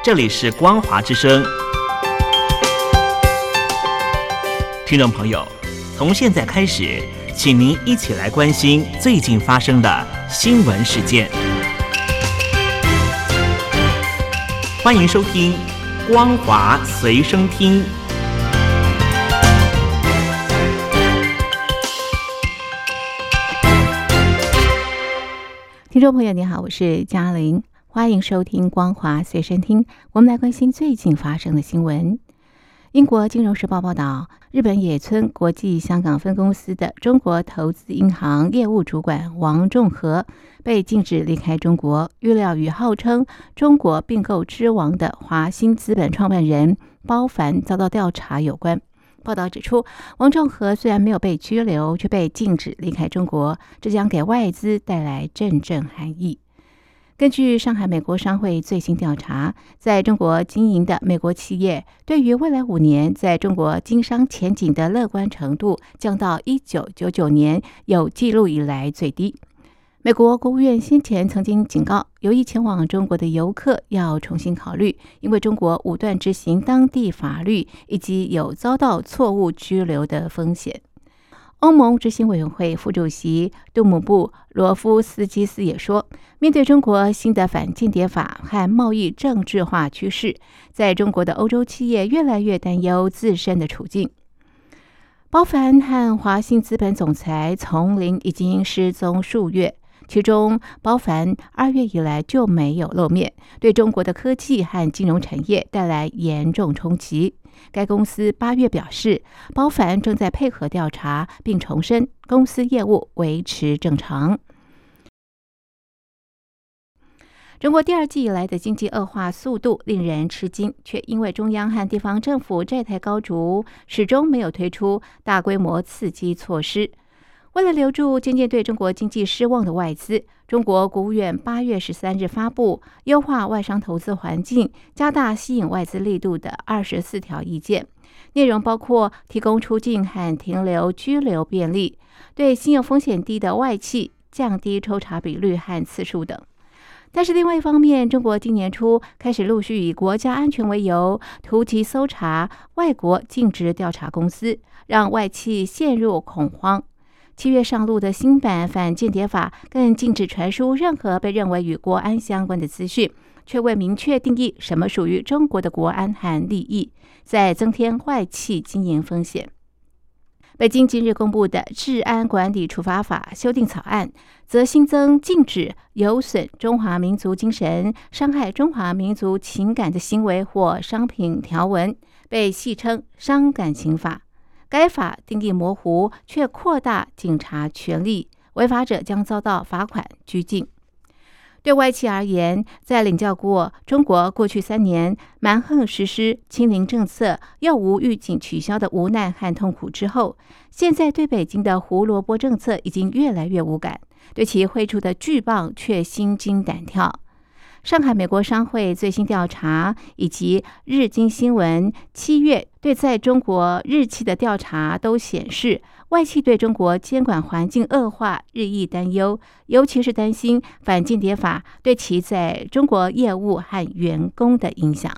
这里是光华之声。听众朋友，从现在开始，请您一起来关心最近发生的新闻事件。欢迎收听光华随身听。 听众朋友你好，我是嘉玲，欢迎收听光华随身听。我们来关心最近发生的新闻。英国金融时报报道，日本野村国际香港分公司的中国投资银行业务主管王仲和被禁止离开中国，预料与号称中国并购之王的华兴资本创办人包凡遭到调查有关。报道指出，王仲和虽然没有被拘留，却被禁止离开中国，这将给外资带来阵阵寒意。根据上海美国商会最新调查，在中国经营的美国企业对于未来5年在中国经商前景的乐观程度降到1999年有记录以来最低。美国国务院先前曾经警告，有意前往中国的游客要重新考虑，因为中国武断执行当地法律，以及有遭到错误拘留的风险。欧盟执行委员会副主席杜姆布罗夫斯基斯也说，面对中国新的反间谍法和贸易政治化趋势，在中国的欧洲企业越来越担忧自身的处境。包凡和华兴资本总裁丛林已经失踪数月，其中包凡2月以来就没有露面，对中国的科技和金融产业带来严重冲击。该公司8月表示，包凡正在配合调查，并重申公司业务维持正常。中国第2季以来的经济恶化速度令人吃惊，却因为中央和地方政府债台高筑，始终没有推出大规模刺激措施。为了留住渐渐对中国经济失望的外资，中国国务院8月13日发布优化外商投资环境、加大吸引外资力度的24条意见，内容包括提供出境和停留居留便利，对信用风险低的外企降低抽查比率和次数等。但是另外一方面，中国今年初开始陆续以国家安全为由，突击搜查外国尽职调查公司，让外企陷入恐慌。7月上路的新版反间谍法更禁止传输任何被认为与国安相关的资讯，却未明确定义什么属于中国的国安和利益，再增添外企经营风险。北京今日公布的治安管理处罚法修订草案，则新增禁止有损中华民族精神、伤害中华民族情感的行为或商品条文，被戏称伤感情法。该法定义模糊，却扩大警察权力，违法者将遭到罚款、拘禁。对外企而言，在领教过中国过去3年蛮横实施清零政策又无预警取消的无奈和痛苦之后，现在对北京的胡萝卜政策已经越来越无感，对其挥出的巨棒却心惊胆跳。上海美国商会最新调查以及日经新闻7月对在中国日企的调查都显示，外企对中国监管环境恶化日益担忧，尤其是担心反间谍法对其在中国业务和员工的影响。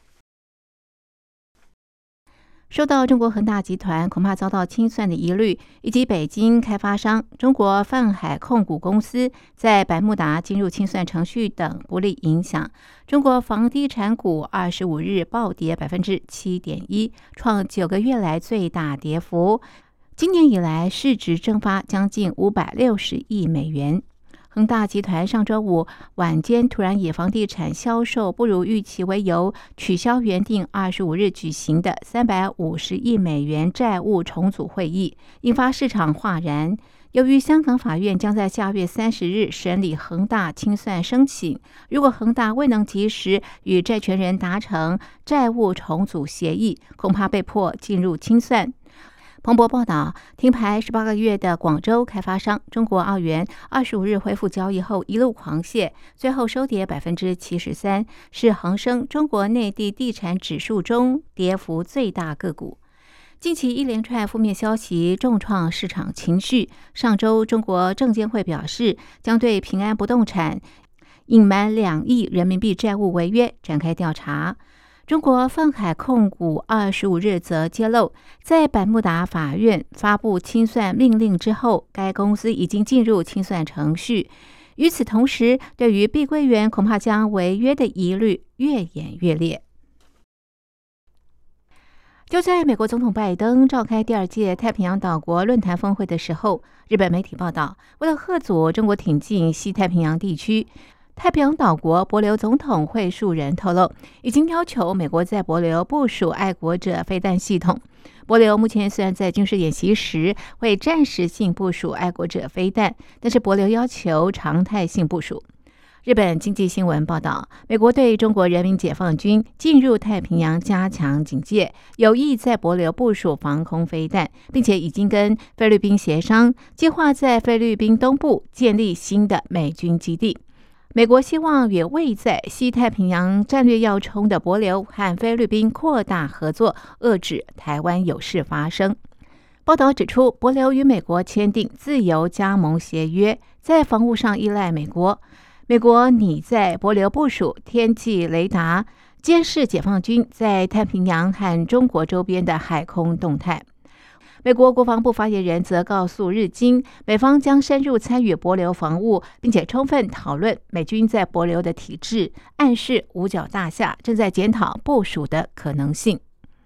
受到中国恒大集团恐怕遭到清算的疑虑，以及北京开发商中国泛海控股公司在百慕达进入清算程序等不利影响，中国房地产股25日暴跌 7.1%， 创9个月来最大跌幅。今年以来市值蒸发将近560亿美元。恒大集团上周五晚间突然以房地产销售不如预期为由，取消原定25日举行的350亿美元债务重组会议，引发市场哗然。由于香港法院将在下月30日审理恒大清算申请，如果恒大未能及时与债权人达成债务重组协议，恐怕被迫进入清算。彭博报道，停牌18个月的广州开发商中国奥园25日恢复交易后一路狂泻，最后收跌 73%， 是恒生中国内地地产指数中跌幅最大个股。近期一连串负面消息重创市场情绪。上周，中国证监会表示，将对平安不动产隐瞒2亿人民币债务违约展开调查。中国泛海控股25日则揭露，在百慕达法院发布清算命令之后，该公司已经进入清算程序。与此同时，对于碧桂园恐怕将违约的疑虑越演越烈。就在美国总统拜登召开第2届太平洋岛国论坛峰会的时候，日本媒体报道，为了吓阻中国挺进西太平洋地区，太平洋岛国帛琉总统会述人透露，已经要求美国在帛琉部署爱国者飞弹系统。帛琉目前虽然在军事演习时会暂时性部署爱国者飞弹，但是帛琉要求常态性部署。日本经济新闻报道，美国对中国人民解放军进入太平洋加强警戒，有意在帛琉部署防空飞弹，并且已经跟菲律宾协商，计划在菲律宾东部建立新的美军基地。美国希望与位在西太平洋战略要冲的帛琉和菲律宾扩大合作，遏制台湾有事发生。报道指出，帛琉与美国签订自由加盟协约，在防务上依赖美国。美国拟在帛琉部署天气雷达，监视解放军在太平洋和中国周边的海空动态。美国国防部发言人则告诉日经，美方将深入参与帛琉防务，并且充分讨论美军在帛琉的体制，暗示五角大厦正在检讨部署的可能性。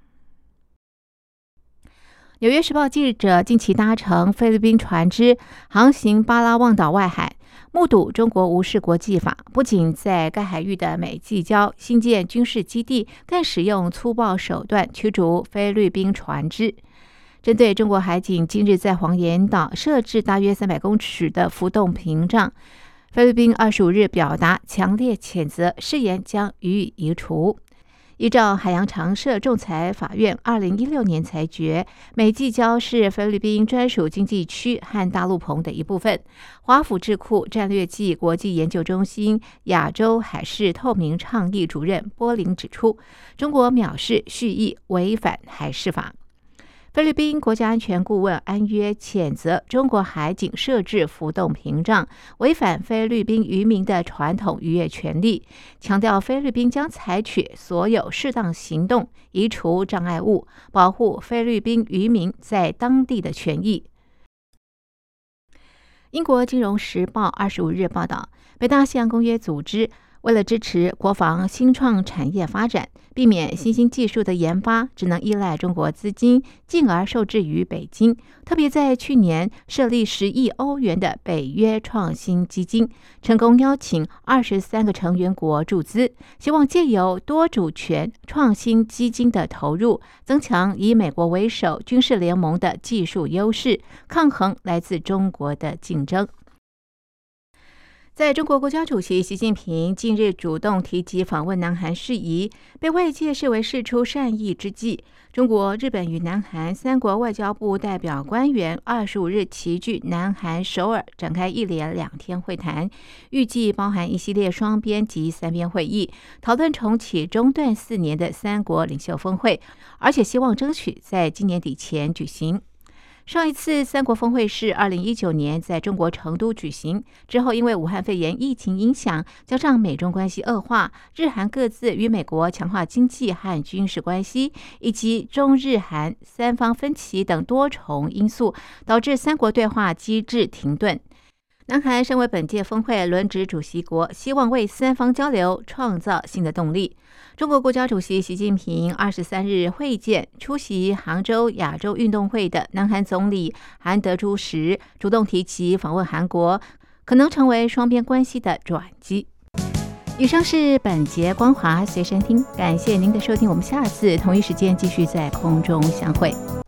纽约时报记者近期搭乘菲律宾船只航行巴拉望岛外海，目睹中国无视国际法，不仅在该海域的美济礁新建军事基地，更使用粗暴手段驱逐菲律宾船只。针对中国海警今日在黄岩岛设置大约300公尺的浮动屏障，菲律宾25日表达强烈谴责，誓言将予以移除。依照海洋常设仲裁法院2016年裁决，美济礁是菲律宾专属经济区和大陆棚的一部分。华府智库战略暨国际研究中心亚洲海事透明倡议主任波林指出，中国藐视蓄意违反海事法。菲律宾国家安全顾问安约谴责中国海警设置浮动屏障，违反菲律宾渔民的传统渔业权利，强调菲律宾将采取所有适当行动，移除障碍物，保护菲律宾渔民在当地的权益。英国金融时报25日报道，北大西洋公约组织为了支持国防新创产业发展，避免新兴技术的研发只能依赖中国资金，进而受制于北京。特别在去年设立10亿欧元的北约创新基金，成功邀请23个成员国注资，希望借由多主权创新基金的投入，增强以美国为首军事联盟的技术优势，抗衡来自中国的竞争。在中国国家主席习近平近日主动提及访问南韩事宜，被外界视为释出善意之际，中国、日本与南韩3国外交部代表官员25日齐聚南韩首尔，展开一连2天会谈，预计包含一系列双边及3边会议，讨论重启中断4年的3国领袖峰会，而且希望争取在今年底前举行。上一次3国峰会是2019年在中国成都举行，之后因为武汉肺炎疫情影响，加上美中关系恶化，日韩各自与美国强化经济和军事关系，以及中日韩3方分歧等多重因素，导致3国对话机制停顿。南韩身为本届峰会轮值主席国，希望为3方交流创造新的动力。中国国家主席习近平23日会见出席杭州亚洲运动会的南韩总理韩德洙时，主动提及访问韩国可能成为双边关系的转机。以上是本节光华随身听，感谢您的收听，我们下次同一时间继续在空中相会。